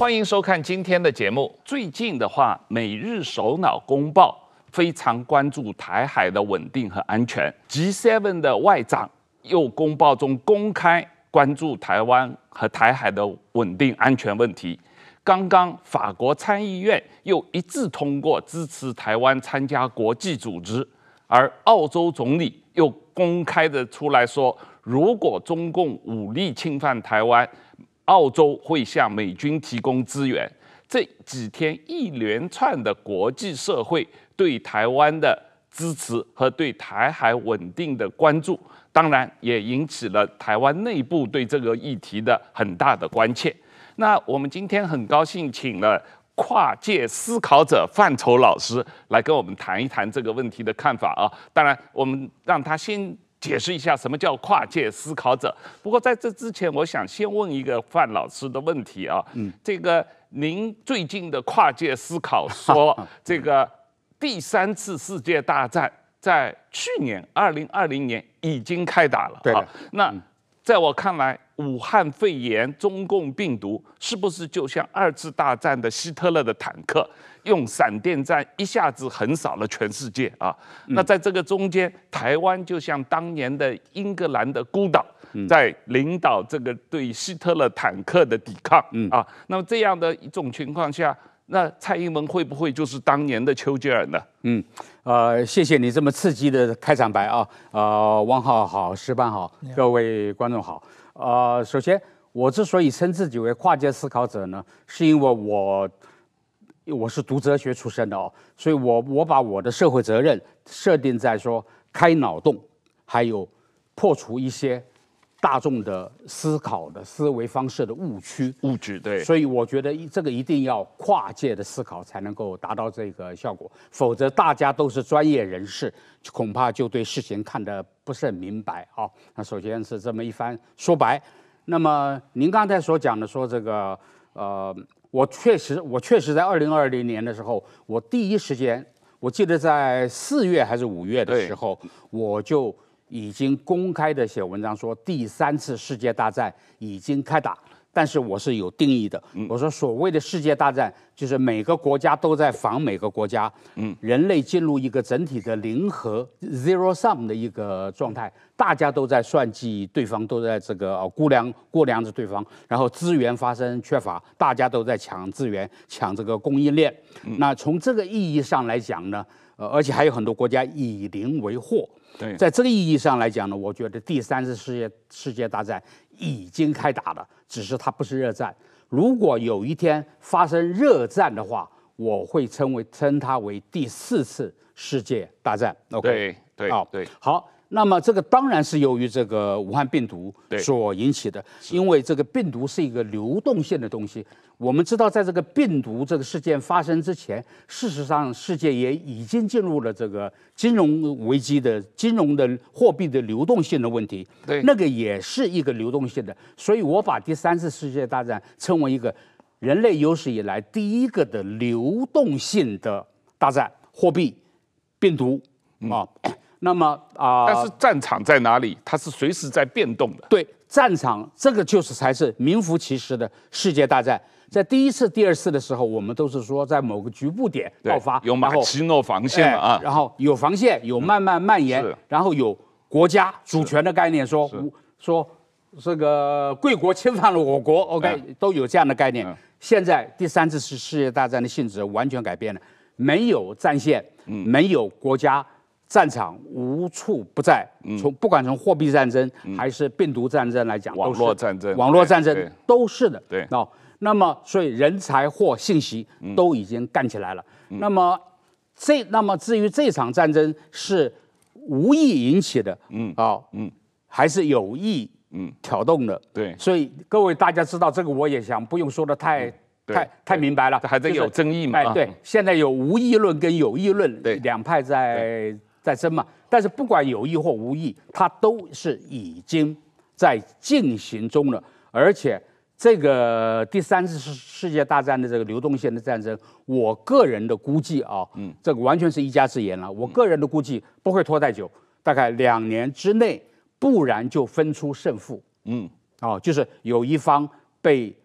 欢迎收看今天的节目。最近的话，美日首脑公报非常关注台海的稳定和安全。G7 的外长又公报中公开关注台湾和台海的稳定安全问题。刚刚法国参议院又一致通过支持台湾参加国际组织，而澳洲总理又公开的出来说，如果中共武力侵犯台湾，澳洲会向美军提供支援。这几天一连串的国际社会对台湾的支持和对台海稳定的关注，当然也引起了台湾内部对这个议题的很大的关切。那我们今天很高兴请了跨界思考者范畴老师来跟我们谈一谈这个问题的看法啊。当然，我们让他先解释一下什么叫跨界思考者。不过在这之前，我想先问一个范老师的问题啊。这个您最近的跨界思考说，这个第3次世界大战在去年2020年已经开打了。 对的。 那在我看来，武汉肺炎、中共病毒是不是就像2次大战的希特勒的坦克，用闪电战一下子横扫了全世界啊？那在这个中间，台湾就像当年的英格兰的孤岛，在领导这个对希特勒坦克的抵抗啊。那么这样的一种情况下，那蔡英文会不会就是当年的丘吉尔呢？ 谢谢你这么刺激的开场白啊！汪浩好，石班好，各位观众好。首先，我之所以称自己为跨界思考者呢，是因为我是读哲学出身的哦，所以我把我的社会责任设定在说开脑洞，还有破除一些大众的思考的思维方式的误区。 对。 所以我觉得这个一定要跨界的思考才能够达到这个效果，否则大家都是专业人士，恐怕就对事情看得不是很明白啊。那首先是这么一番说白。那么您刚才所讲的说这个我确实在2020年的时候，我第一时间，我记得在4月还是5月的时候，我就已经公开的写文章说第3次世界大战已经开打，但是我是有定义的。我说所谓的世界大战，就是每个国家都在防每个国家，人类进入一个整体的零和 zero sum 的一个状态，大家都在算计对方，都在这个过量着对方，然后资源发生缺乏，大家都在抢资源，抢这个供应链。那从这个意义上来讲呢，而且还有很多国家以邻为壑。在这个意义上来讲呢，我觉得第3次世界大战已经开打了，只是它不是热战。如果有一天发生热战的话，我会称它为第4次世界大战。 OK， 对， 好。那么这个当然是由于这个武汉病毒所引起的，因为这个病毒是一个流动性的东西。我们知道，在这个病毒这个事件发生之前，事实上世界也已经进入了这个金融危机的金融的货币的流动性的问题。那个也是一个流动性的。所以我把第3次世界大战称为一个人类有史以来第一个的流动性的大战，货币、病毒啊。那么但是战场在哪里？它是随时在变动的。 对，战场这个才是名副其实的世界大战。在第1次、第2次的时候，我们都是说在某个局部点爆发， 有马奇诺防线了啊， 然后有防线，有慢慢蔓延，然后有国家主权的概念，说这个贵国侵犯了我国 ，OK， 都有这样的概念。现在第3次世界大战的性质完全改变了，没有战线，没有国家。战场无处不在，不管从货币战争还是病毒战争来讲， 网络战争都是的。 对， 那么所以人才或信息都已经干起来了。那么至于这场战争是无意引起的，还是有意挑动的？ 对， 所以各位大家知道这个，我也想不用说的太明白了， 还在有争议嘛？ 对，现在有无议论跟有议论两派在争嘛。但是不管有意或无意，它都是已经在进行中了。而且这个第3次世界大战的这个流动性的战争，我个人的估计啊，这个完全是一家之言了。我个人的估计不会拖太久，大概2年之内，不然就分出胜负。就是有一方被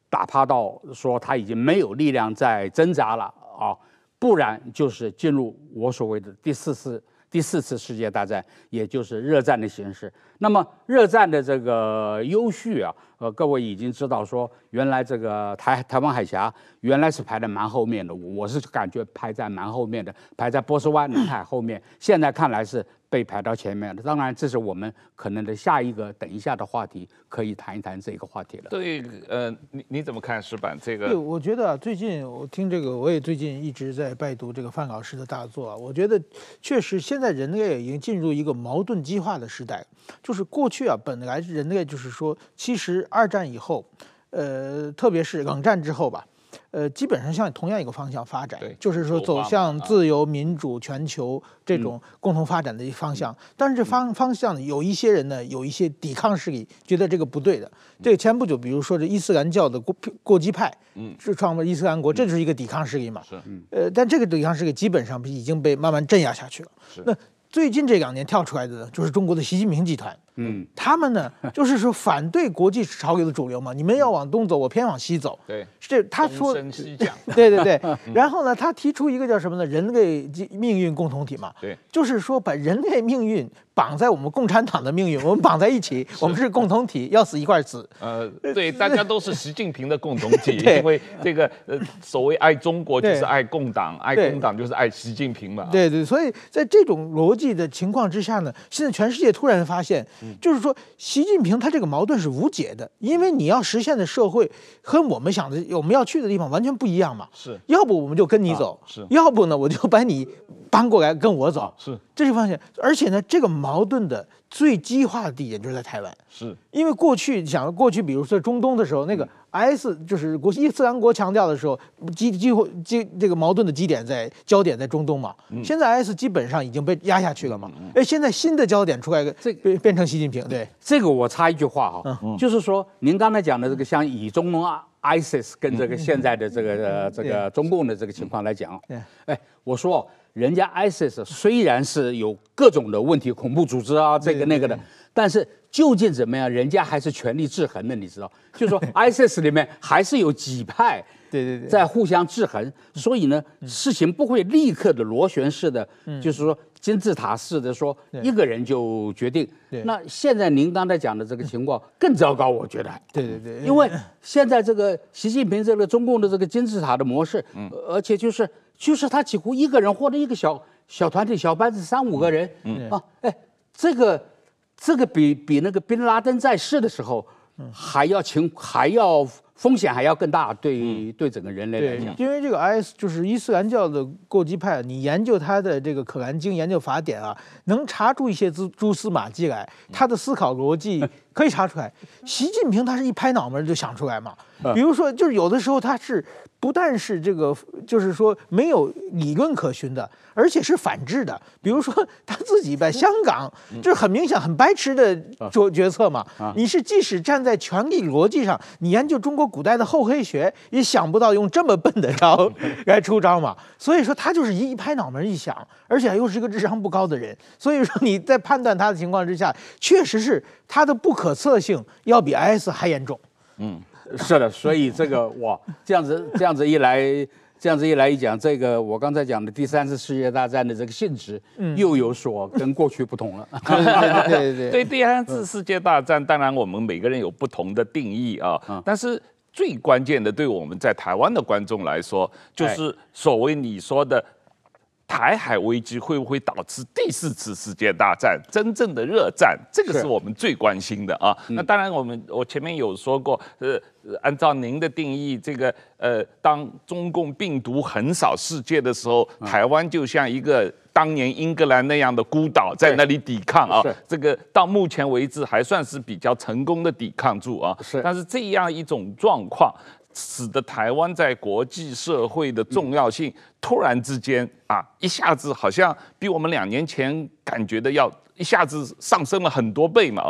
打趴到说他已经没有力量再挣扎了啊，不然就是进入我所谓的第四次世界大战，也就是热战的形式。那么热战的这个优序啊，各位已经知道说，原来这个台湾海峡原来是排在蛮后面的，我是感觉排在蛮后面的，排在波斯湾南海后面，现在看来是被排到前面的。当然，这是我们可能的下一个等一下的话题，可以谈一谈这个话题了。 对，你怎么看石板这个？ 对，我觉得最近我听这个，我也最近一直在拜读这个范老师的大作啊。我觉得确实现在人类已经进入一个矛盾激化的时代，就是过去啊，本来人类就是说，其实二战以后，特别是冷战之后吧。基本上向同样一个方向发展，就是说走向自由、民主、全球这种共同发展的一个方向。但是这方向呢，有一些人呢，有一些抵抗势力，觉得这个不对的。这个前不久，比如说这伊斯兰教的过激派，是创办伊斯兰国，这就是一个抵抗势力嘛。但这个抵抗势力基本上已经被慢慢镇压下去了。那最近这2年跳出来的呢，就是中国的习近平集团。他们呢，就是说反对国际潮流的主流嘛，你们要往东走，我偏往西走。 对， 是他说， 东升西降。 对对对。然后呢，他提出一个叫什么呢？人类命运共同体嘛。 对， 就是说把人类命运绑在我们共产党的命运，我们绑在一起，我们是共同体，要死一块死。 对，大家都是习近平的共同体，因为这个所谓爱中国就是爱共党，爱共党就是爱习近平嘛。 对对，所以在这种逻辑的情况之下呢，现在全世界突然发现。就是说，习近平他这个矛盾是无解的，因为你要实现的社会和我们想的、我们要去的地方完全不一样嘛。 是， 要不我们就跟你走，要不呢我就把你搬过来跟我走。 是， 这是发现。而且呢，这个矛盾的最激化的地点就是在台湾。 是， 因为过去比如说中东的时候，那个 IS 就是伊斯兰国强调的时候，这个矛盾的焦点在中东嘛。现在 IS 基本上已经被压下去了嘛。现在新的焦点出来，变成习近平。对， 这个我插一句话哈，就是说您刚才讲的这个像以中东ISIS 跟这个现在的这个中共的这个情况来讲，我说人家 ISIS 虽然是有各种的问题，恐怖组织啊，这个那个的，但是究竟怎么样，人家还是权力制衡的，你知道？就是说 ISIS 里面还是有几派。 对， 在互相制衡，所以呢，事情不会立刻的螺旋式的，就是说金字塔式的说一个人就决定。那现在您刚才讲的这个情况更糟糕，我觉得。 对， 因为现在这个习近平这个中共的这个金字塔的模式，而且就是他几乎一个人或者一个小团体、小班子3、5个人，这个比那个宾拉登在世的时候还要风险还要更大，对整个人类来讲。 因为这个 IS 就是伊斯兰教的过激派，你研究他的这个可兰经，研究法典啊，能查出一些蛛丝马迹来，他的思考逻辑可以查出来。习近平他是一拍脑门就想出来嘛，比如说就是有的时候他是不但是这个就是说没有理论可循的，而且是反制的。比如说他自己在香港，这很明显很白痴的决策嘛。你是即使站在权力逻辑上，你研究中国古代的厚黑学，也想不到用这么笨的招来出招嘛。所以说他就是一拍脑门一想，而且又是一个智商不高的人。所以说你在判断他的情况之下，确实是他的不可测性要比 IS 还严重。 是的，所以这个哇，这样子一来一讲，这个我刚才讲的第3次世界大战的这个性质，又有所跟过去不同了。 对， 第3次世界大战，当然我们每个人有不同的定义啊，但是最关键的，对我们在台湾的观众来说，就是所谓你说的。台海危机会不会导致第4次世界大战真正的热战？这个是我们最关心的啊。那当然，我前面有说过，按照您的定义，这个当中共病毒横扫世界的时候，台湾就像一个当年英格兰那样的孤岛，在那里抵抗啊。这个到目前为止还算是比较成功的抵抗住啊。但是这样一种状况。使得台湾在国际社会的重要性突然之间一下子好像比我们2年前感觉的要一下子上升了很多倍嘛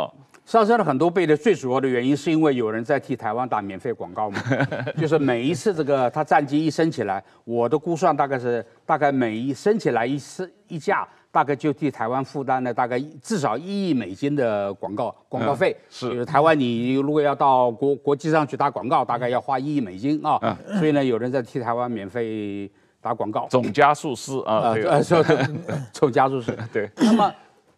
上升了很多倍的最主要的原因，是因为有人在替台湾打免费广告嘛。就是每一次这个它战机一升起来，我的估算大概每一升起来一架，大概就替台湾负担了大概至少1亿美金的广告费。 是， 就是台湾你如果要到国际上去打广告，大概要花1亿美金啊。所以呢，有人在替台湾免费打广告。 总加速师啊， 总加速师。 对。 那么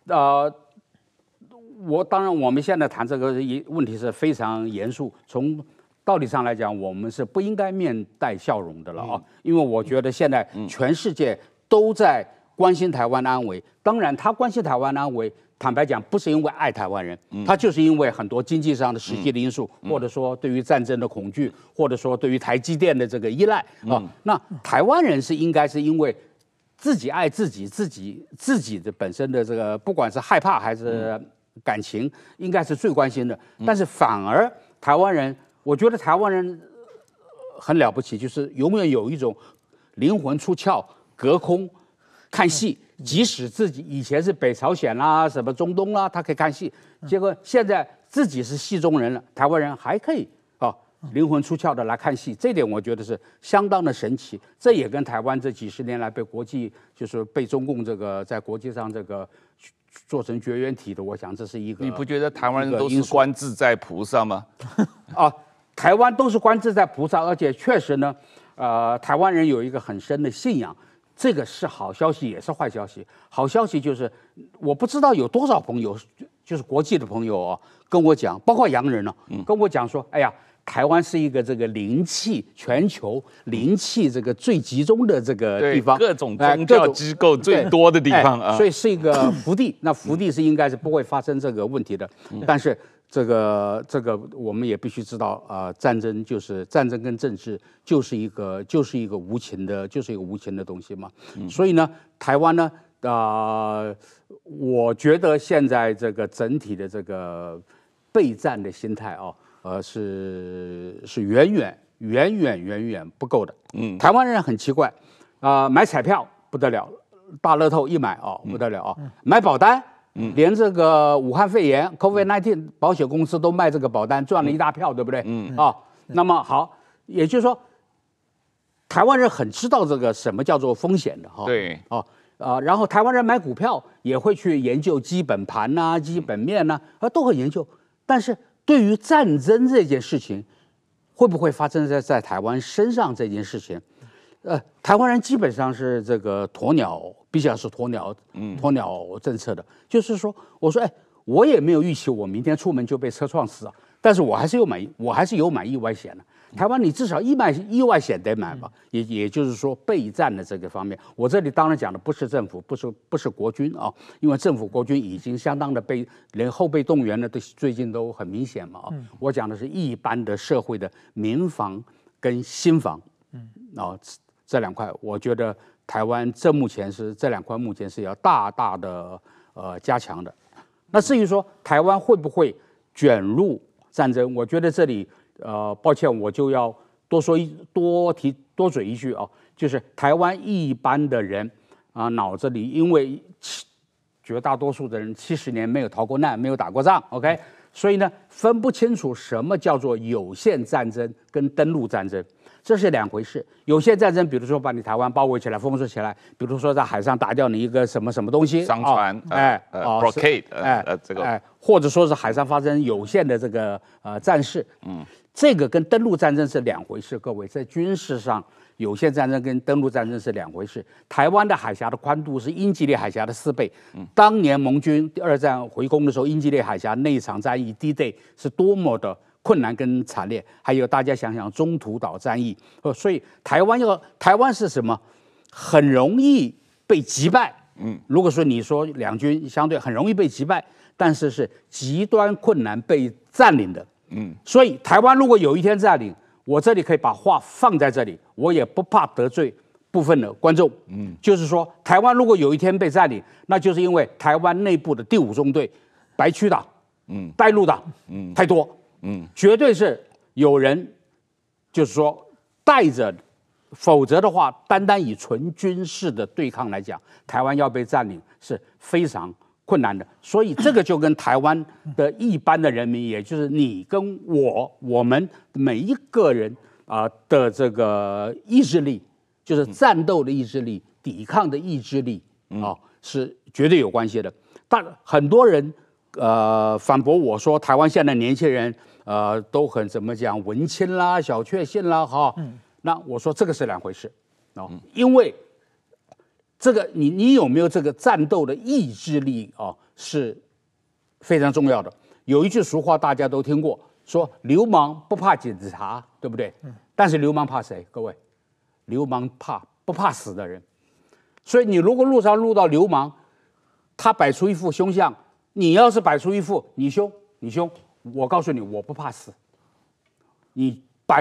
当然，我们现在谈这个问题是非常严肃。从道理上来讲，我们是不应该面带笑容的了啊，因为我觉得现在全世界都在关心台湾安危。当然，他关心台湾安危，坦白讲，不是因为爱台湾人，他就是因为很多经济上的实际的因素，或者说对于战争的恐惧，或者说对于台积电的这个依赖啊。那台湾人应该是因为自己爱自己的本身的这个，不管是害怕还是感情，应该是最关心的。但是反而台湾人，我觉得台湾人很了不起，就是永远有一种灵魂出窍、隔空看戏。即使自己以前是北朝鲜啦、什么中东啦，他可以看戏，结果现在自己是戏中人了，台湾人还可以灵魂出窍的来看戏，这点我觉得是相当的神奇。这也跟台湾这几十年来被国际，就是被中共这个在国际上这个做成绝缘体的，我想这是一个。 你不觉得台湾人都是观自在菩萨吗？ 台湾都是观自在菩萨，而且确实呢，台湾人有一个很深的信仰。这个是好消息，也是坏消息。好消息就是，我不知道有多少朋友，就是国际的朋友跟我讲，包括洋人呢，跟我讲说，哎呀，台湾是一个这个灵气全球灵气这个最集中的这个地方， 各种宗教机构最多的地方啊， 所以是一个福地。那福地是应该是不会发生这个问题的，但是。这个我们也必须知道战争跟政治就是一个无情的东西嘛。所以呢，台湾呢我觉得现在这个整体的这个备战的心态是远远不够的。台湾人很奇怪买彩票不得了，大乐透一买不得了买保单。连这个武汉肺炎 COVID-19 保险公司都卖这个保单，赚了一大票，对不对？那么好，也就是说，台湾人很知道这个什么叫做风险的对然后台湾人买股票也会去研究基本盘呐、基本面呐，都会研究。但是对于战争这件事情，会不会发生在台湾身上这件事情，台湾人基本上是这个鸵鸟。比较是鸵鸟政策的，就是说，我说，我也没有预期我明天出门就被车撞死啊，但是我还是有买意外险的。台湾你至少意外险得买吧，也就是说备战的这个方面，我这里当然讲的不是政府，不是国军因为政府国军已经相当的连后备动员的最近都很明显嘛我讲的是一般的社会的民防跟心防，这两块，我觉得。台湾这两块目前是要大的加强的。那至于说台湾会不会卷入战争，我觉得这里抱歉，我就要多嘴一句就是台湾一般的人脑子里，因为绝大多数的人70年没有逃过难，没有打过仗 ，OK， 所以呢分不清楚什么叫做有限战争跟登陆战争。这是两回事。有些战争，比如说把你台湾包围起来、封锁起来，比如说在海上打掉你一个什么东西， 商船，blockade，这个， 或者说是海上发生有限的这个战事，这个跟登陆战争是两回事。各位，在军事上，有限战争跟登陆战争是两回事。台湾的海峡的宽度是英吉利海峡的4倍。当年盟军第2战回攻的时候，英吉利海峡那一场战役 D-Day 是多么的困难跟惨烈，还有大家想想中途岛战役，所以台湾是什么？很容易被击败。如果说你说两军相对很容易被击败，但是是极端困难被占领的。所以台湾如果有一天占领，我这里可以把话放在这里，我也不怕得罪部分的观众。就是说台湾如果有一天被占领，那就是因为台湾内部的第5中队、白区党、带路党太多。绝对是有人，就是说带着，否则的话，单以纯军事的对抗来讲，台湾要被占领是非常困难的。所以这个就跟台湾的一般的人民，也就是你跟我们每一个人的这个意志力，就是战斗的意志力、抵抗的意志力是绝对有关系的。但很多人反驳我说，台湾现在年轻人都很怎么讲文青啦、小确幸啦那我说这个是两回事因为这个你有没有这个战斗的意志力是非常重要的。有一句俗话大家都听过，说流氓不怕警察，对不对？但是流氓怕谁？各位，流氓不怕死的人。所以你如果路上遇到流氓，他摆出一副凶相，你要是摆出一副你凶，我告诉你，我不怕死。你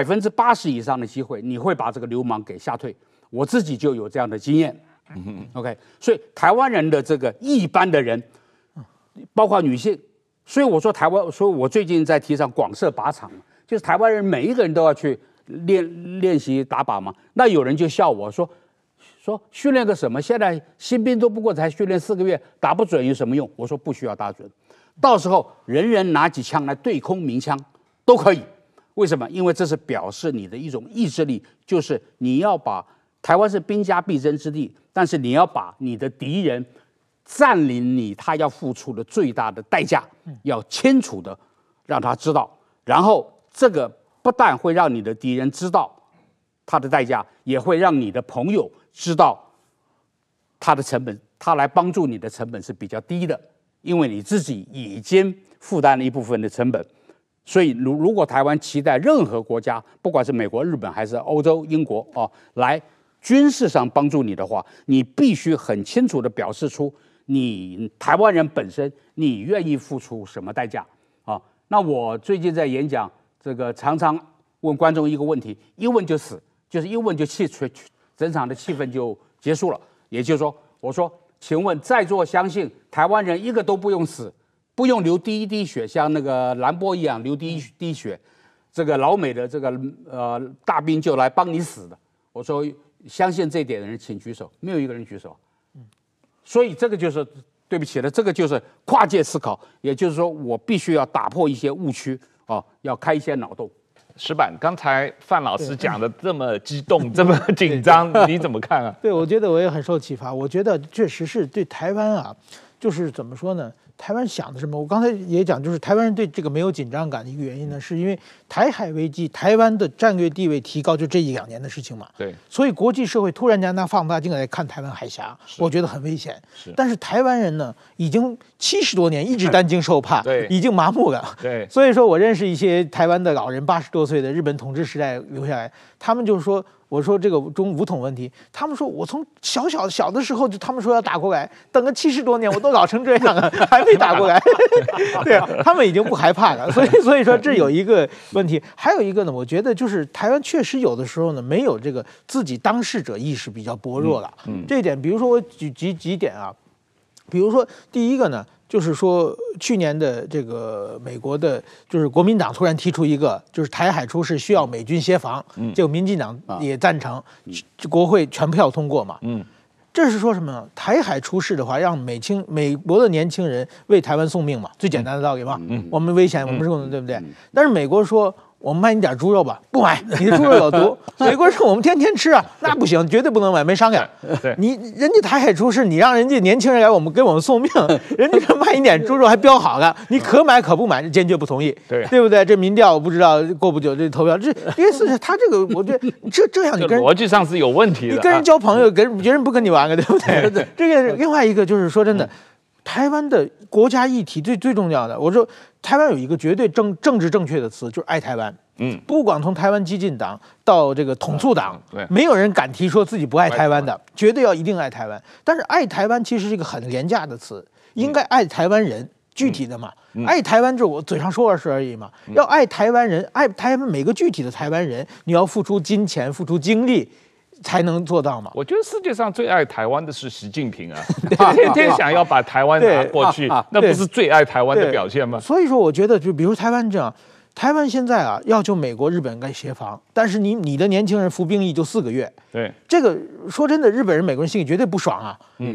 80%以上的机会，你会把这个流氓给吓退。我自己就有这样的经验。OK， 所以台湾人的这个一般的人，包括女性，所以我说所以我最近在提倡广设靶场，就是台湾人每一个人都要去练习打靶嘛。那有人就笑我说训练个什么？现在新兵都不过才训练4个月，打不准有什么用？我说不需要打准，到时候人人拿起枪来对空鸣枪都可以。为什么？因为这是表示你的一种意志力，就是你要把台湾是兵家必争之地，但是你要把你的敌人占领你，他要付出的最大的代价，要清楚的让他知道。然后这个不但会让你的敌人知道他的代价，也会让你的朋友知道他的成本，他来帮助你的成本是比较低的，因为你自己已经负担了一部分的成本。所以如果台湾期待任何国家，不管是美国、日本还是欧洲、英国来军事上帮助你的话，你必须很清楚地表示出你台湾人本身你愿意付出什么代价那我最近在演讲，这个常常问观众一个问题，一问就死，就是一问就整场的气氛就结束了。也就是说，我说，请问在座相信台湾人一个都不用死，不用流第一滴血，像那个兰波一样流第一滴血，这个老美的这个大兵就来帮你死的。我说相信这一点的人请举手，没有一个人举手。所以这个就是对不起了，这个就是跨界思考，也就是说我必须要打破一些误区要开一些脑洞。 石板，刚才范老师讲的这么激动、这么紧张，你怎么看啊？ 对，我觉得我也很受启发。我觉得确实是对台湾就是怎么说呢？台湾想的什么？我刚才也讲，就是台湾人对这个没有紧张感的一个原因呢，是因为台海危机，台湾的战略地位提高，就这1-2年的事情嘛。 对。 所以国际社会突然间拿放大镜来看台湾海峡，我觉得很危险。但是台湾人呢，已经70多年一直担惊受怕， 对， 已经麻木了。 对。 所以说我认识一些台湾的老人，80多岁的日本统治时代留下来，他们就是说。我说这个中武统问题，他们说我从小的时候就他们说要打过来，等个70多年我都老成这样了，还没打过来。对啊，他们已经不害怕了。所以说这有一个问题，还有一个呢，我觉得就是台湾确实有的时候呢没有这个自己当事者意识比较薄弱了。这一点，比如说我举几点比如说第一个呢。就是说，去年的这个美国的，就是国民党突然提出一个，就是台海出事需要美军协防，结果民进党也赞成，国会全票通过嘛。这是说什么呢？台海出事的话，让美国的年轻人为台湾送命嘛，最简单的道理嘛。我们危险，我们是共同，对不对？但是美国说。我们卖你点猪肉吧，不买，你的猪肉有毒。美国说我们天天吃那不行，绝对不能买，没商量。人家台海出事，你让人家年轻人来给我们送命，人家说卖你点猪肉还标好了，你可买可不买，坚决不同意，对不对？这民调我不知道过不久这投票，这意思是他这个，我觉得这样你跟逻辑上是有问题的。 你跟人交朋友，别人不跟你玩了，对不对？这个另外一个就是说真的。台湾的国家议题最重要的，我说台湾有一个绝对政治正确的词，就是爱台湾。不管从台湾激进党到这个统促党，没有人敢提说自己不爱台湾的，绝对要一定爱台湾。但是爱台湾其实是一个很廉价的词，应该爱台湾人，具体的嘛。爱台湾就是我嘴上说而已嘛。要爱台湾人，爱台湾每个具体的台湾人，你要付出金钱，付出精力。才能做到嘛？ 我觉得世界上最爱台湾的是习近平天天想要把台湾拿过去，那不是最爱台湾的表现吗？ 所以说，我觉得就比如台湾这样，台湾现在要求美国、日本该协防，但是你的年轻人服兵役就4个月， 对， 这个说真的，日本人、美国人心里绝对不爽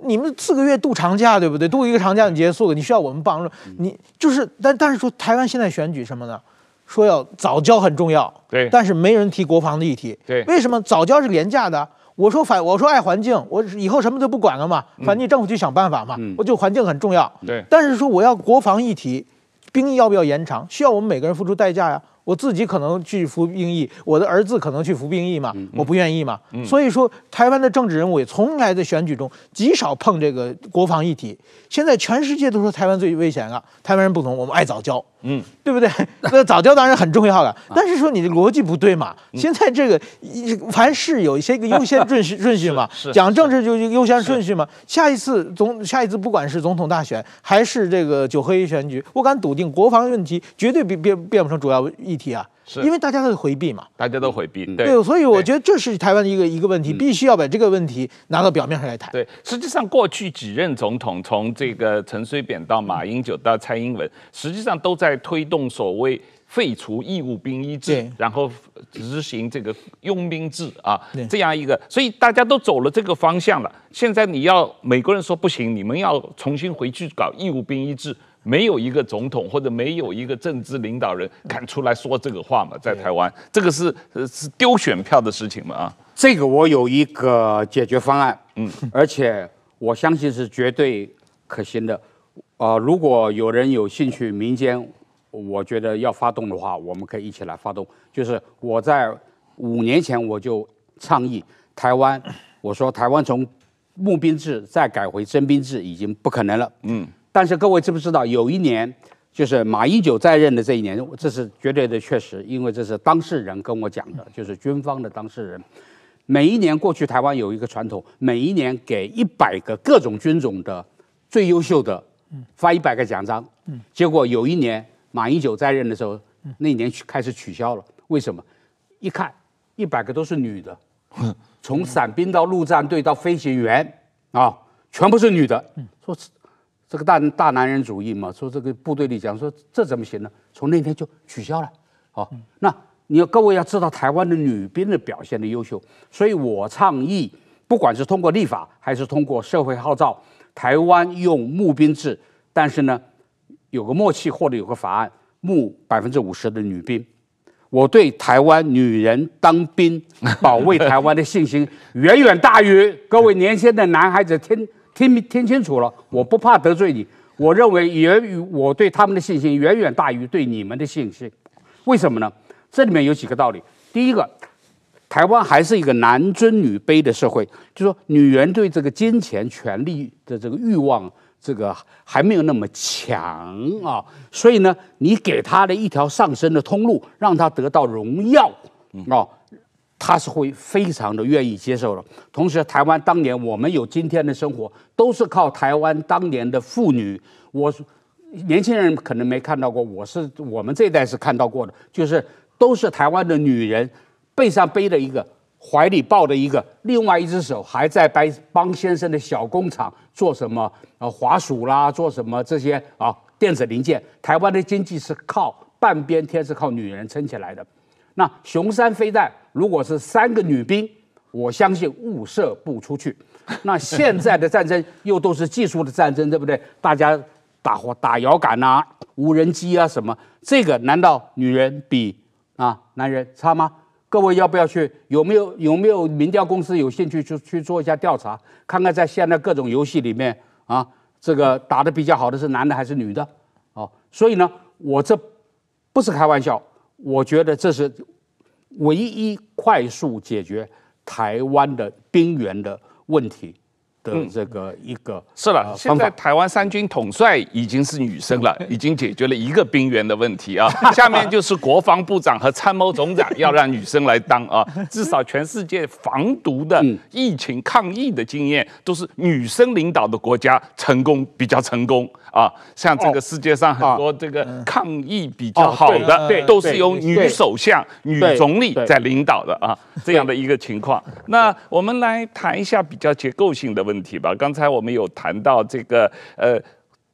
你们4个月度长假，对不对？度一个长假你结束了，你需要我们帮助你，就是但是说台湾现在选举什么呢？说要早教很重要， 对， 但是没人提国防的议题， 对， 为什么？早教是廉价的。我说爱环境，我以后什么都不管了嘛，反正政府去想办法嘛，我就环境很重要。 对， 但是说我要国防议题，兵役要不要延长？需要我们每个人付出代价呀。我自己可能去服兵役，我的儿子可能去服兵役嘛，我不愿意嘛。所以说，台湾的政治人物也从来在选举中极少碰这个国防议题。现在全世界都说台湾最危险了，台湾人不同，我们爱早教，对不对？那早教当然很重要了，但是说你的逻辑不对嘛。现在这个凡事有一些个优先顺序嘛，讲政治就优先顺序嘛。下一次不管是总统大选还是这个9合1选举，我敢笃定国防问题绝对变不成主要议题啊，因为大家都回避嘛， 大家都回避， 对，所以我觉得这是台湾的一个问题，必须要把这个问题拿到表面上来谈。 对，实际上过去几任总统，从这个陈水扁到马英九到蔡英文，实际上都在推动所谓废除义务兵役制，然后执行这个佣兵制啊，这样一个，所以大家都走了这个方向了。现在你要美国人说不行，你们要重新回去搞义务兵役制。没有一个总统或者没有一个政治领导人敢出来说这个话嘛，在台湾，这个是丢选票的事情嘛啊。 这个我有一个解决方案，而且我相信是绝对可行的。如果有人有兴趣，民间我觉得要发动的话，我们可以一起来发动。就是我在5年前我就倡议台湾，我说台湾从募兵制再改回征兵制已经不可能了，但是各位知不知道，有一年就是马英九在任的这一年，这是绝对的确实，因为这是当事人跟我讲的，就是军方的当事人。每一年过去台湾有一个传统，每一年给100个各种军种的最优秀的发100个奖章。结果有一年马英九在任的时候，那一年开始取消了。为什么？一看100个都是女的，从伞兵到陆战队到飞行员啊，全部是女的。说这个大男人主义嘛，说这个部队里讲说这怎么行呢？从那天就取消了。那各位要知道台湾的女兵的表现的优秀，所以我倡议，不管是通过立法还是通过社会号召，台湾用募兵制，但是呢有个默契或者有个法案，募50%的女兵。我对台湾女人当兵保卫台湾的信心远远大于各位年轻的男孩子听清楚了，我不怕得罪你。我认为我对他们的信心远远大于对你们的信心。为什么呢？这里面有几个道理。第一个，台湾还是一个男尊女卑的社会，就是说女人对这个金钱、权力的这个欲望，这个还没有那么强啊。所以呢，你给她的一条上升的通路，让她得到荣耀啊。他是会非常的愿意接受的。同时，台湾当年我们有今天的生活，都是靠台湾当年的妇女。年轻人可能没看到过，我们这一代是看到过的，就是都是台湾的女人，背上背的一个，怀里抱的一个，另外一只手还在帮先生的小工厂做什么滑鼠啦，做什么这些电子零件。台湾的经济是靠半边天是靠女人撑起来的。那雄三飞弹如果是3个女兵，我相信误射不出去。那现在的战争又都是技术的战争，对不对？大家打遥感啊、无人机啊什么，这个难道女人比男人差吗？各位要不要去？有没有民调公司有兴趣去做一下调查，看看在现在各种游戏里面这个打得比较好的是男的还是女的？所以呢，我这不是开玩笑。我觉得这是唯一快速解决台湾的兵源的问题的这个一个是了。现在台湾3军统帅已经是女生了，已经解决了一个兵源的问题啊。下面就是国防部长和参谋总长要让女生来当啊。至少全世界防毒的疫情抗疫的经验都是女生领导的国家比较成功啊。像这个世界上很多这个抗疫比较好的，都是由女首相、女总理在领导的啊，这样的一个情况。那我们来谈一下比较结构性的问题吧。刚才我们有谈到这个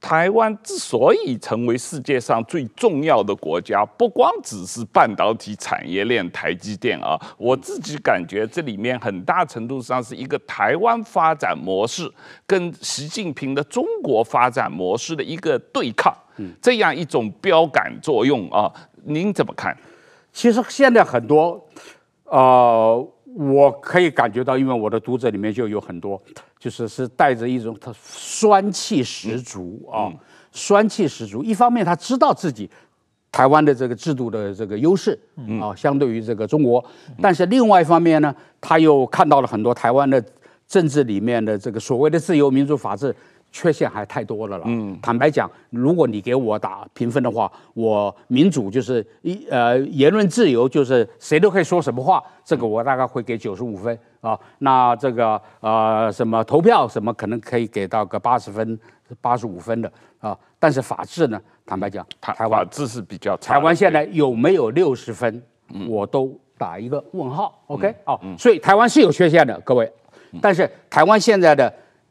台湾之所以成为世界上最重要的国家，不光只是半导体产业链台积电啊，我自己感觉这里面很大程度上是一个台湾发展模式跟习近平的中国发展模式的一个对抗，这样一种标杆作用啊，您怎么看？ 其实现在很多，我可以感觉到，因为我的读者里面就有很多，是带着一种他酸气十足啊，酸气十足。一方面他知道自己台湾的这个制度的这个优势啊，相对于这个中国，但是另外一方面呢，他又看到了很多台湾的政治里面的这个所谓的自由民主法治缺陷还太多了。坦白讲，如果你给我打评分的话，我民主就是言论自由就是谁都可以说什么话，这个我大概会给95分啊。那这个什么投票什么可能可以给到个80分、85分的啊。但是法治呢，坦白讲，台湾法治是比较差。 台湾现在有没有60分，我都打一个问号。OK 所以台湾是有缺陷的，各位。但是台湾现在的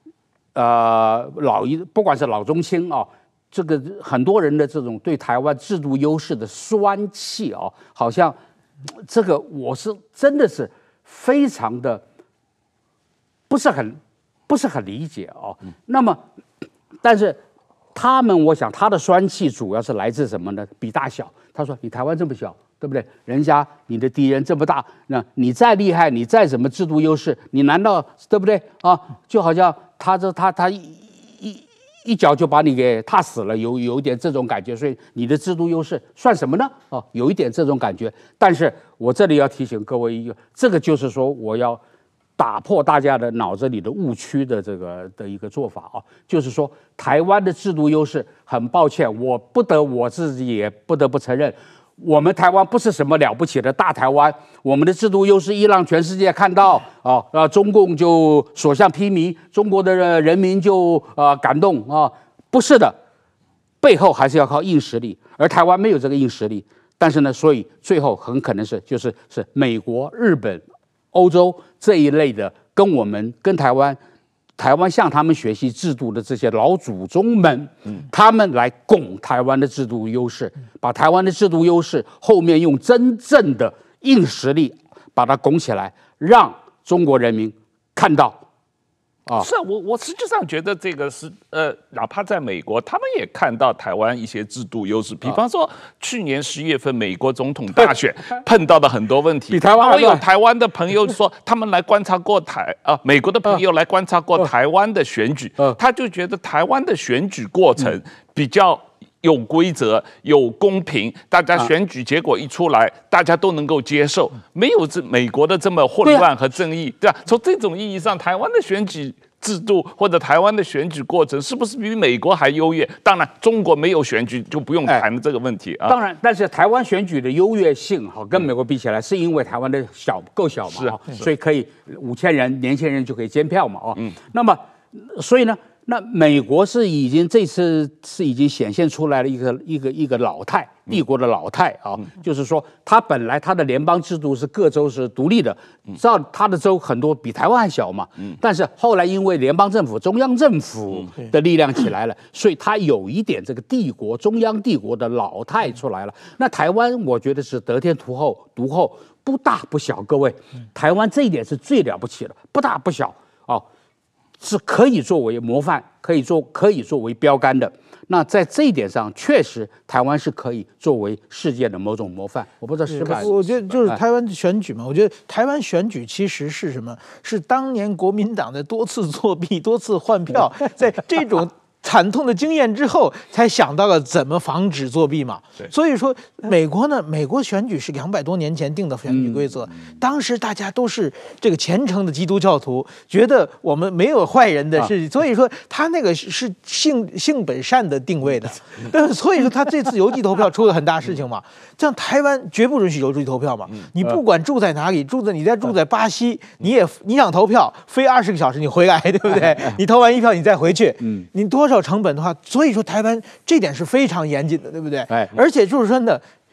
不管是老中青啊，这个很多人的这种对台湾制度优势的酸气啊，好像这个我是真的是非常的不是很理解啊。那么，但是我想他的酸气主要是来自什么呢？比大小。他说：“你台湾这么小，对不对？人家你的敌人这么大，那你再厉害，你再什么制度优势，你难道对不对啊？就好像他一脚就把你给踏死了，有一点这种感觉。所以你的制度优势算什么呢？有一点这种感觉。但是我这里要提醒各位一个，这个就是说我要打破大家的脑子里的误区的的一个做法啊，就是说台湾的制度优势，很抱歉，我自己也不得不承认，我们台湾不是什么了不起的大台湾，我们的制度优势一让全世界看到中共就所向披靡，中国的人民就感动啊，不是的，背后还是要靠硬实力，而台湾没有这个硬实力，但是呢，所以最后很可能是美国、日本、欧洲这一类的跟台湾向他们学习制度的这些老祖宗们，他们来拱台湾的制度优势，把台湾的制度优势后面用真正的硬实力把它拱起来，让中国人民看到。 是啊，我实际上觉得这个是哪怕在美国，他们也看到台湾一些制度优势，比方说去年11月份美国总统大选碰到的很多问题， 比台湾我有台湾的朋友说，他们来观察过美国的朋友来观察过台湾的选举，他就觉得台湾的选举过程比较有规则、有公平，大家选举结果一出来，大家都能够接受，没有美国的这么混乱和争议，对吧？从这种意义上，台湾的选举制度或者台湾的选举过程是不是比美国还优越？当然，中国没有选举就不用谈这个问题啊。 当然，但是台湾选举的优越性跟美国比起来，是因为台湾的够小嘛，所以可以5000人年轻人就可以监票嘛那么，所以呢？那美国这次是已经显现出来了一个老态，帝国的老态就是说，它本来它的联邦制度是各州是独立的，知道它的州很多比台湾还小嘛，但是后来因为联邦政府、中央政府的力量起来了，所以它有一点这个中央帝国的老态出来了。那台湾我觉得是得天独厚，不大不小，各位，台湾这一点是最了不起的，不大不小是可以作为模范，可以作为标杆的。那在这一点上，确实台湾是可以作为世界的某种模范。我不知道是不是？ 我觉得就是台湾选举嘛。我觉得台湾选举其实是什么？是当年国民党的多次作弊、多次换票，在这种惨痛的经验之后，才想到了怎么防止作弊嘛。所以说，美国选举是200多年前定的选举规则，当时大家都是这个虔诚的基督教徒，觉得我们没有坏人的事，所以说他那个是性本善的定位的。所以说他这次邮寄投票出了很大事情嘛。像台湾绝不允许邮寄投票嘛，你不管住在哪里，住在巴西，你想投票，飞20个小时你回来，对不对？你投完一票你再回去，你多少成本的话，所以说台湾这点是非常严谨的，对不对？而且就是说呢，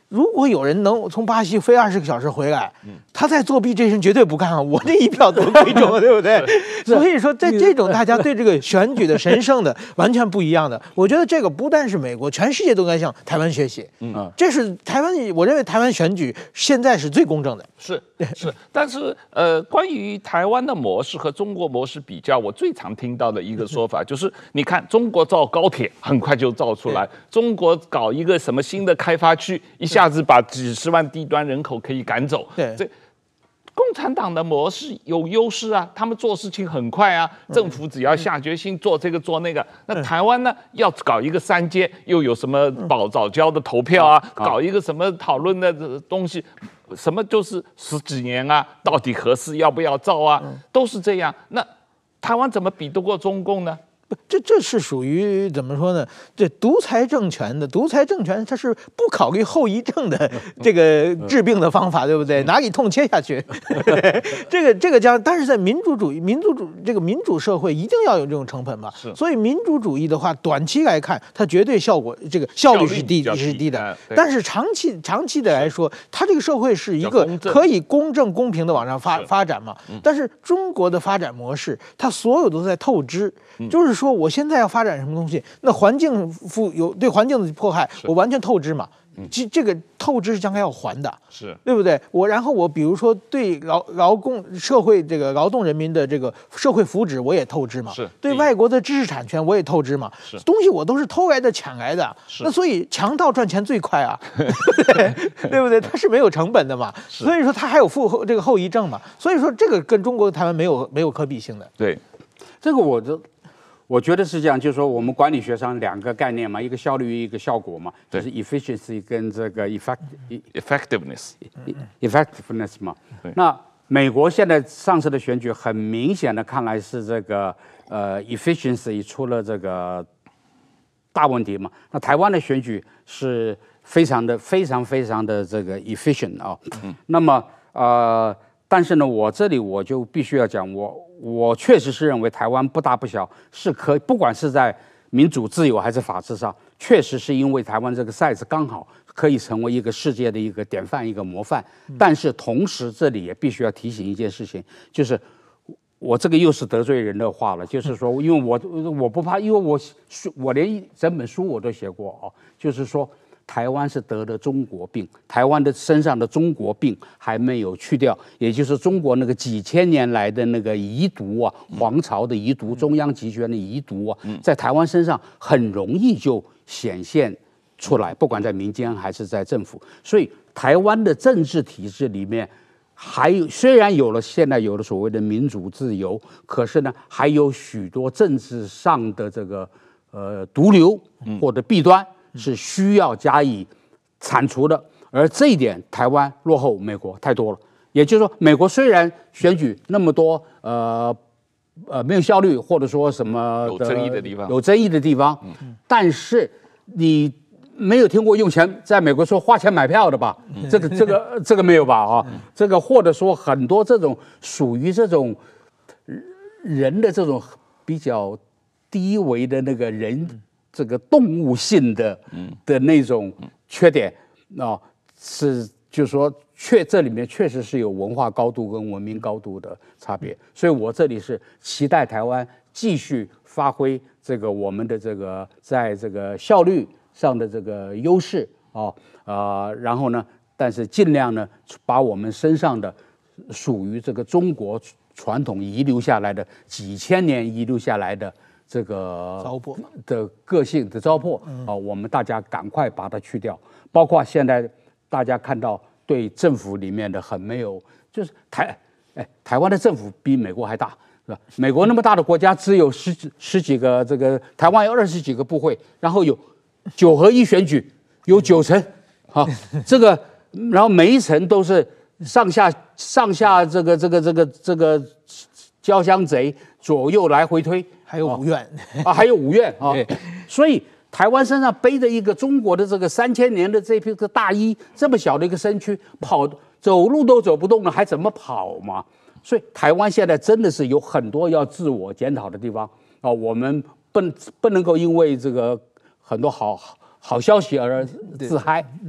如果有人能从巴西飞20个小时回来，他在作弊这人绝对不干啊！我这一票多贵重，对不对？所以说，在这种大家对这个选举的神圣的完全不一样的，我觉得这个不但是美国，全世界都该向台湾学习。这是台湾，我认为台湾选举现在是最公正的。 是，但是关于台湾的模式和中国模式比较，我最常听到的一个说法就是，你看中国造高铁很快就造出来，中国搞一个什么新的开发区，一下子把几十万低端人口可以赶走。 对， 这共产党的模式有优势啊，他们做事情很快啊，政府只要下决心做这个做那个。那台湾呢，要搞一个3阶，又有什么保早教的投票啊，搞一个什么讨论的东西，什么就是10几年啊，到底合适要不要造啊，都是这样。那台湾怎么比得过中共呢？ 这是属于怎么说呢？这独裁政权，它是不考虑后遗症的这个治病的方法，对不对？哪里痛切下去。这个将，但是在民主社会一定要有这种成本嘛。所以民主主义的话，短期来看，它绝对效率是低的。但是长期的来说，它这个社会是一个可以公正公平的往上发展嘛。但是中国的发展模式，它所有都在透支，就是说我现在要发展什么东西，那对环境的迫害，我完全透支嘛。这个透支是将来要还的， 是对不对？然后我比如说对劳工社会这个劳动人民的这个社会福祉我也透支嘛，对外国的知识产权我也透支嘛，东西我都是偷来的抢来的，那所以强盗赚钱最快啊，对不对？它是没有成本的嘛，所以说它还有后遗症嘛，所以说这个跟中国台湾没有可比性的。 对，这个我觉得是这样，就是说我们管理学上2个概念嘛，一个效率，一个效果嘛，就是 efficiency 跟这个 effectiveness 嘛。那美国现在上次的选举，很明显的看来是这个efficiency 出了这个大问题嘛。那台湾的选举是非常的这个 efficient 啊。那么但是呢，我这里我就必须要讲，我确实是认为台湾不大不小是可以，不管是在民主自由还是法治上，确实是因为台湾这个 size 刚好可以成为一个世界的一个典范、一个模范。但是同时这里也必须要提醒一件事情，就是我这个又是得罪人的话了，就是说，因为我不怕，因为我连整本书我都写过啊，就是说。台湾是得了中国病，台湾的身上的中国病还没有去掉，也就是中国那个几千年来的那个遗毒啊，皇朝的遗毒、中央集权的遗毒啊，在台湾身上很容易就显现出来，不管在民间还是在政府。所以台湾的政治体制里面，虽然现在有了所谓的民主自由，可是呢，还有许多政治上的这个毒瘤或者弊端。是需要加以铲除的，而这一点台湾落后美国太多了。也就是说，美国虽然选举那么多没有效率，或者说什么有争议的地方，但是你没有听过用钱在美国说花钱买票的吧？这个没有吧？啊，这个或者说很多这种属于这种人的这种比较低微的那个人。这个动物性的那种缺点是就是说这里面确实是有文化高度跟文明高度的差别，所以我这里是期待台湾继续发挥这个我们的这个在这个效率上的这个优势然后呢，但是尽量呢把我们身上的属于这个中国传统遗留下来的几千年遗留下来的。这个糟粕的个性的糟粕我们大家赶快把它去掉。包括现在大家看到对政府里面的很没有，就是台湾的政府比美国还大，是吧？美国那么大的国家，只有十几个这个，台湾有20几个部会，然后有9合1选举，有9层，这个，然后每一层都是上下这个交相贼，左右来回推。 还有五院还有五院所以台湾身上背着一个中国的这个3000年的这批个大衣，这么小的一个身躯，走路都走不动了，还怎么跑嘛？所以台湾现在真的是有很多要自我检讨的地方我们不能够因为这个很多好消息而自嗨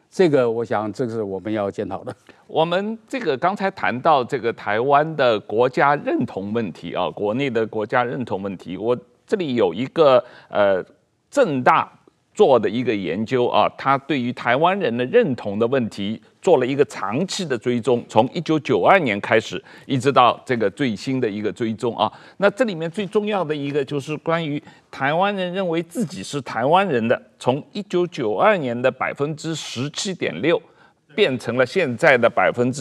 这个我想这是我们要检讨的。 我们这个刚才谈到这个台湾的国家认同问题啊，国内的国家认同问题，我这里有一个政大做的一个研究啊，他对于台湾人的认同的问题做了一个长期的追踪，从1992年开始，一直到这个最新的一个追踪啊。那这里面最重要的一个就是关于台湾人认为自己是台湾人的，从1992年的17.6%变成了现在的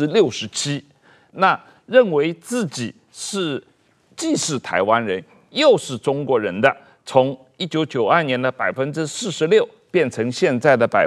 67%。那认为自己既是台湾人又是中国人的，从1992年的46%变成现在的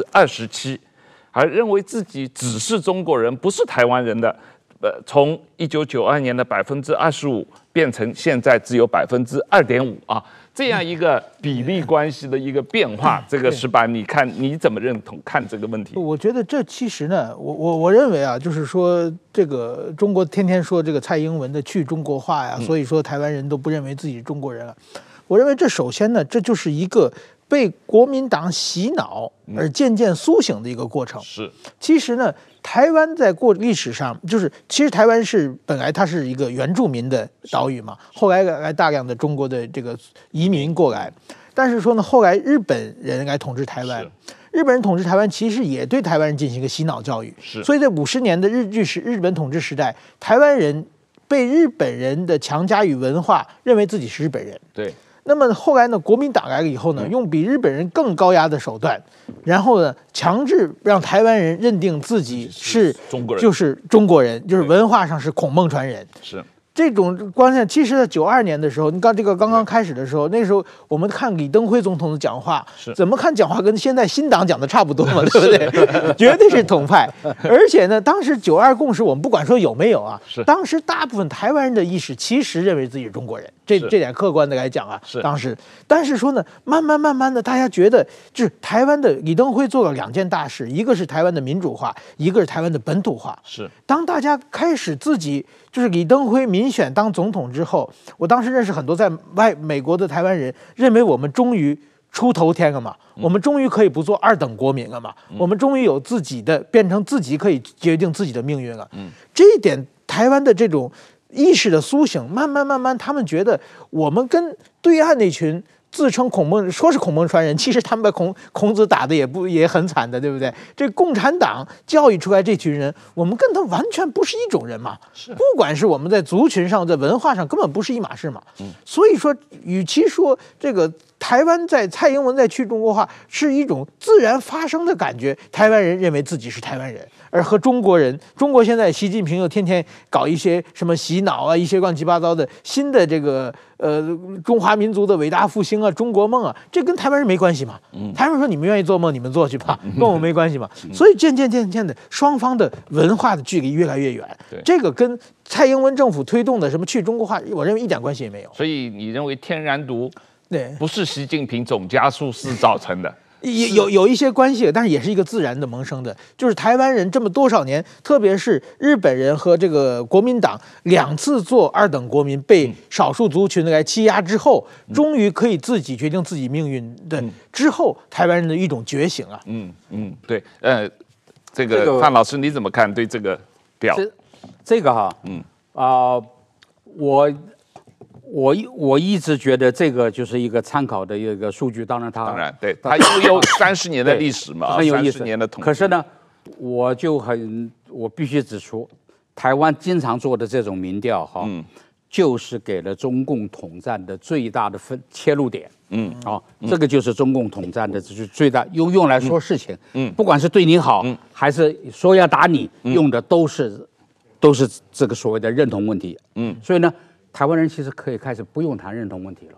27%，而认为自己只是中国人不是台湾人的，从1992年的25%变成现在只有2.5%啊，这样一个比例关系的一个变化，这个石板，你看你怎么看这个问题？ 我觉得这其实呢，我认为啊，就是说这个中国天天说这个蔡英文的去中国化呀，所以说台湾人都不认为自己是中国人了。我认为这首先呢，这就是一个被国民党洗脑而渐渐苏醒的一个过程。 是， 其实呢，台湾在历史上其实台湾本来它是一个原住民的岛屿嘛，后来大量的中国的这个移民过来，但是说呢，后来日本人来统治台湾。日本人统治台湾，其实也对台湾人进行一个洗脑教育。所以在50年的日本统治时代，台湾人被日本人的强加与文化认为自己是日本人。 对。 那么后来呢，国民党来了以后呢，用比日本人更高压的手段，然后呢，强制让台湾人认定自己是中国人， 就是中国人，就是文化上是孔孟传人。 是。 这种观念，其实在92年的时候，刚刚开始的时候，那时候我们看李登辉总统的讲话，怎么看讲话跟现在新党讲的差不多嘛，对不对？绝对是统派。而且呢，当时92共识，我们不管说有没有啊，当时大部分台湾人的意识其实认为自己是中国人，这点客观的来讲啊，当时，但是说呢，慢慢的，大家觉得就是台湾的李登辉做了2件大事，一个是台湾的民主化，一个是台湾的本土化。当大家开始自己就是李登辉民选当总统之后，我当时认识很多在美国的台湾人，认为我们终于出头天了嘛，我们终于可以不做2等国民了嘛，我们终于有自己的，变成自己可以决定自己的命运了。这一点台湾的这种意识的苏醒，慢慢，他们觉得我们跟对岸那群自称说是孔孟传人，其实他们把孔子打的也很惨的，对不对？这共产党教育出来这群人，我们跟他完全不是一种人嘛。不管是我们在族群上，在文化上，根本不是一码事嘛。所以说，与其说这个台湾在蔡英文在去中国化是一种自然发生的感觉，台湾人认为自己是台湾人，而和中国现在习近平又天天搞一些什么洗脑啊，一些乱七八糟的新的这个中华民族的伟大复兴啊，中国梦啊，这跟台湾人没关系嘛。台湾人说你们愿意做梦，你们做去吧，跟我们没关系嘛。所以渐渐的，双方的文化的距离越来越远。这个跟蔡英文政府推动的什么去中国化，我认为一点关系也没有。 所以你认为天然独对不是习近平总加速师造成的？ 有一些关系，但是也是一个自然的萌生的，就是台湾人这么多少年，特别是日本人和这个国民党2次做2等国民，被少数族群来欺压之后，终于可以自己决定自己命运的之后，台湾人的一种觉醒啊。 对，这个范老师你怎么看对这个表？ 这个哈，我一直觉得这个就是一个参考的一个数据，当然对，它又有30年的历史嘛， 很有意思。 30年的统计。 可是呢，我必须指出，台湾经常做的这种民调哈，就是给了中共统战的最大的切入点。这个就是中共统战的最大用来说事情。不管是对你好，还是说要打你，用的都是这个所谓的认同问题。所以呢。台湾人其实可以开始不用谈认同问题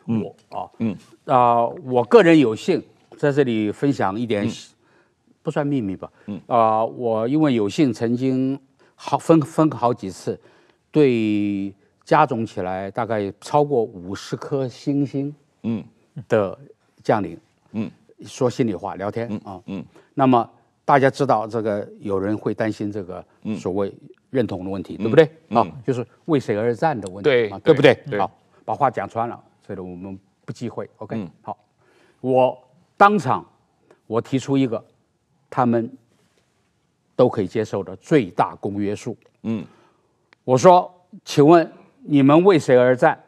了我个人有幸在这里分享一点，不算秘密吧。我因为有幸曾经分好几次，对加总起来大概超过50颗星星的将领，说心里话聊天那么大家知道这个有人会担心这个所谓认同的问题，对不对？就是为谁而战的问题嘛，对不对？好，把话讲穿了，所以我们不忌讳。OK，好，我当场提出一个他们都可以接受的最大公约数。我说，请问你们为谁而战？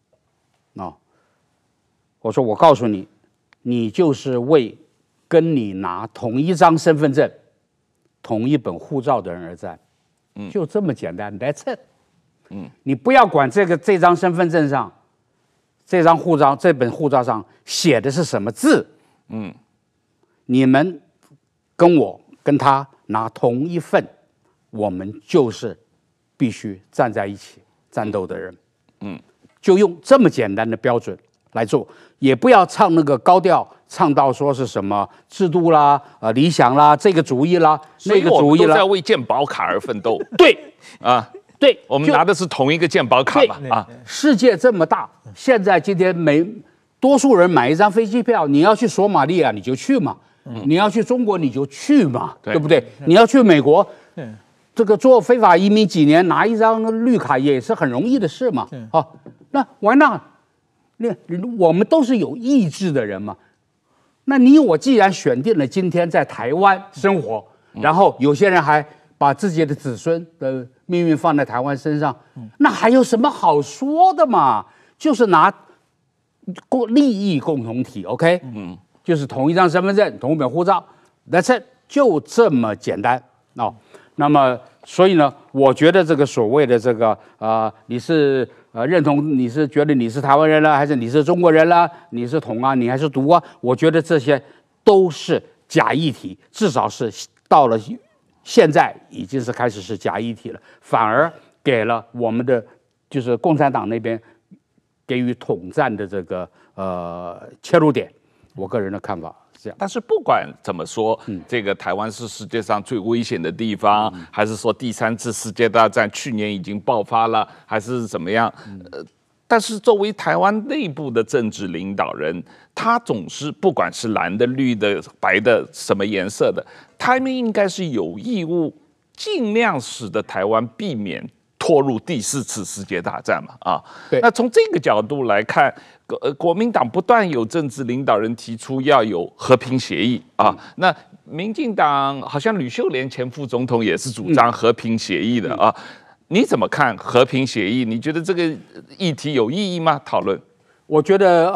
我说，我告诉你，你就是为跟你拿同一张身份证、同一本护照的人而战，就这么简单 ，That's it。你不要管这张身份证上、这张护照、这本护照上写的是什么字，你们跟我跟他拿同一份，我们就是必须站在一起战斗的人，就用这么简单的标准来做，也不要唱那个高调，唱到说是什么制度啦、理想啦、这个主义啦、那个主义啦， 所以我们都在为健保卡而奋斗。 对啊， 对， 我们拿的是同一个健保卡嘛啊。 世界这么大，现在今天多数人买一张飞机票，你要去索马利亚你就去嘛，你要去中国你就去嘛，对不对？你要去美国，这个做非法移民几年拿一张绿卡也是很容易的事嘛。好，那 why not？我们都是有意志的人嘛。那你我既然选定了今天在台湾生活，然后有些人还把自己的子孙的命运放在台湾身上，那还有什么好说的嘛？就是拿利益共同体 ，OK，就是同一张身份证、同一本护照 ，That's it， 就这么简单哦。那么，所以呢，我觉得这个所谓的这个你是认同你是觉得你是台湾人了，还是你是中国人了？你是统啊，你还是独啊？我觉得这些都是假议题，至少是到了现在已经是开始是假议题了，反而给了我们的就是共产党那边给予统战的这个切入点。我个人的看法。 但是不管怎么说，这个台湾是世界上最危险的地方，还是说第3次世界大战去年已经爆发了，还是怎么样？但是作为台湾内部的政治领导人，他总是不管是蓝的、绿的、白的，什么颜色的，他们应该是有义务尽量使得台湾避免拖入第4次世界大战嘛啊。那从这个角度来看，国民党不断有政治领导人提出要有和平协议啊。那民进党好像吕秀莲前副总统也是主张和平协议的啊。你怎么看和平协议？你觉得这个议题有意义吗？讨论？ 我觉得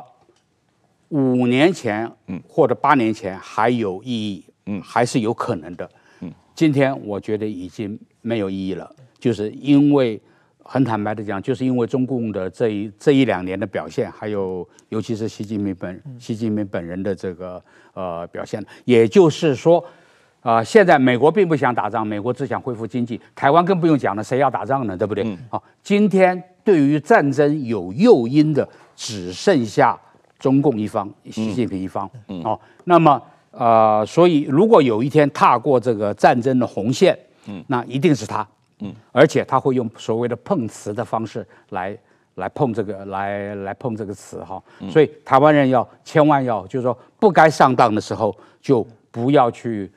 5年前或者8年前还有意义，还是有可能的。今天我觉得已经没有意义了，就是因为很坦白的讲，就是因为中共的这1-2年的表现，还有尤其是习近平本人的这个表现，也就是说，现在美国并不想打仗，美国只想恢复经济，台湾更不用讲了，谁要打仗呢？对不对？好，今天对于战争有诱因的只剩下中共一方，习近平一方。那么所以如果有一天踏过这个战争的红线，那一定是他。而且他会用所谓的碰瓷的方式来碰这个来碰这个词哈，所以台湾人千万要就是说不该上当的时候就不要去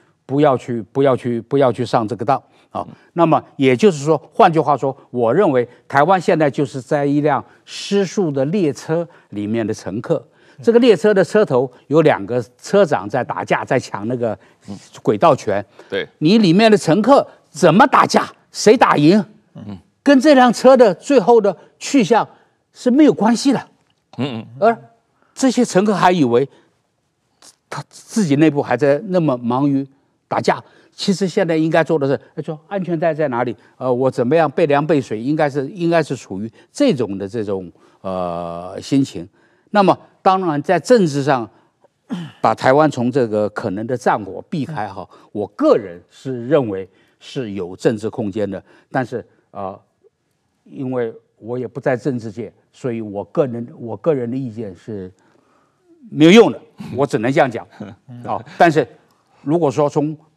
上这个当啊。那么也就是说，换句话说，我认为台湾现在就是在一辆失速的列车里面的乘客，这个列车的车头有2个车长在打架，在抢那个轨道权。 对， 你里面的乘客怎么打架？谁打赢？跟这辆车的最后的去向是没有关系的。而这些乘客还以为他自己内部还在那么忙于打架，其实现在应该做的是说安全带在哪里？我怎么样备粮备水？应该是处于这种心情。那么当然在政治上把台湾从这个可能的战火避开哈，我个人是认为是有政治空间的，但是因为我也不在政治界，所以我个人的意见是没有用的，我只能这样讲。但是如果说从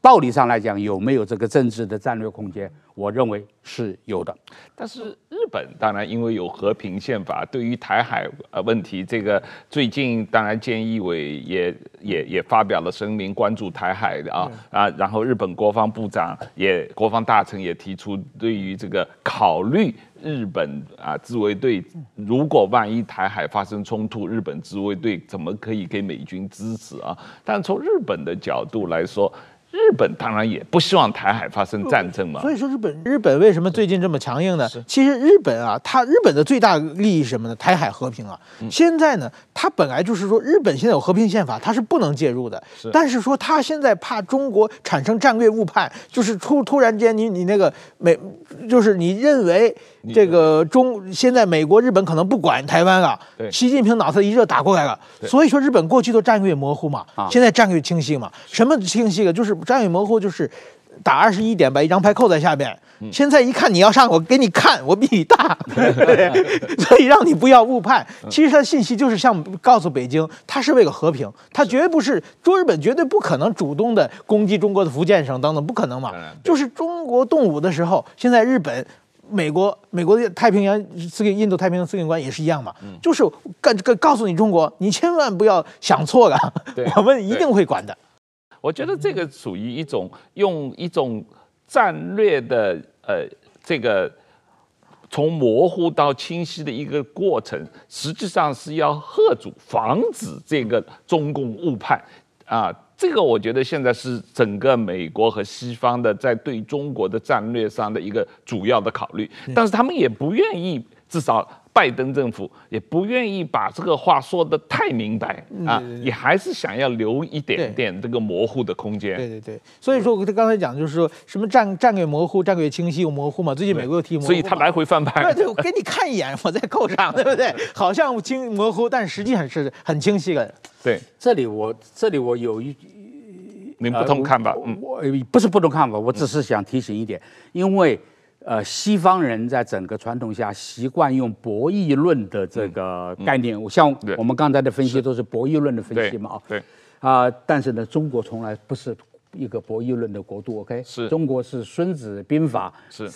道理上来讲，有没有这个政治的战略空间？我认为是有的。 但是日本当然因为有和平宪法，对于台海问题，这个最近当然菅义伟也发表了声明，关注台海然后日本国防部长国防大臣也提出对于这个考虑日本自卫队，如果万一台海发生冲突，日本自卫队怎么可以给美军支持啊？但从日本的角度来说，日本当然也不希望台海发生战争嘛。 所以说日本为什么最近这么强硬呢？其实日本日本的最大利益是什么呢？台海和平啊。现在呢，它本来就是说日本现在有和平宪法，它是不能介入的。但是说它现在怕中国产生战略误判，就是突然间你那个就是你认为这个现在美国日本可能不管台湾了，习近平脑子一热打过来了。所以说日本过去都战略模糊嘛，现在战略清晰嘛。什么清晰了？就是战略模糊就是打21点，把一张牌扣在下边。现在一看你要上，我给你看，我比你大，所以让你不要误判。其实他的信息就是想告诉北京，他是为了和平，他绝不是日本绝对不可能主动的攻击中国的福建省等等，不可能嘛。就是中国动武的时候，现在日本。美国的太平洋印度太平洋司令官也是一样嘛，就是告诉你中国，你千万不要想错了，我们一定会管的。 我觉得这个属于用一种战略的这个从模糊到清晰的一个过程，实际上是要嚇阻、防止这个中共误判这个我觉得现在是整个美国和西方的在对中国的战略上的一个主要的考虑，但是他们也不愿意，至少拜登政府也不愿意把这个话说得太明白也还是想要留一点点这个模糊的空间。 对，所以说我刚才讲就是说什么战略模糊、战略清晰又模糊嘛，最近美国又提模糊， 所以他来回翻牌。 对，我给你看一眼，我再扣上，对不对？好像模糊，但实际上是很清晰的。 对， 这里我有您不同看法， 我不是不同看法，我只是想提醒一点，因为西方人在整个传统下习惯用博弈论的这个概念，像我们刚才的分析都是博弈论的分析嘛， 对但是呢，中国从来不是一个博弈论的国度 ，OK， 是中国是孙子兵法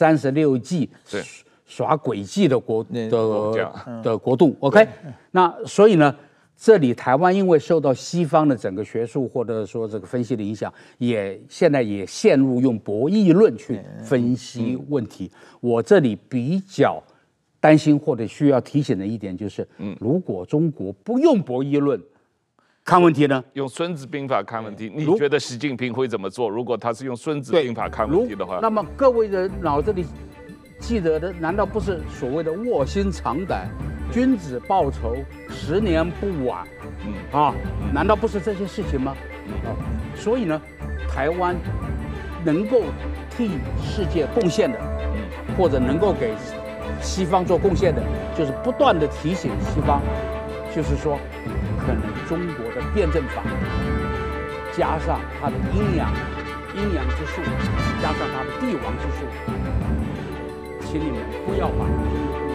36计，耍诡计的国度 ，OK， 那所以呢。这里台湾因为受到西方的整个学术或者说这个分析的影响，现在也陷入用博弈论去分析问题。我这里比较担心或者需要提醒的一点就是，如果中国不用博弈论看问题呢， 用孙子兵法看问题，你觉得习近平会怎么做？如果他是用孙子兵法看问题的话， 那么各位的脑子里记得的难道不是所谓的卧薪尝胆？君子报仇，10年不晚，难道不是这些事情吗？所以呢，台湾能够替世界贡献的，或者能够给西方做贡献的，就是不断的提醒西方，就是说，可能中国的辩证法，加上它的阴阳之术，加上它的帝王之术，请你们不要把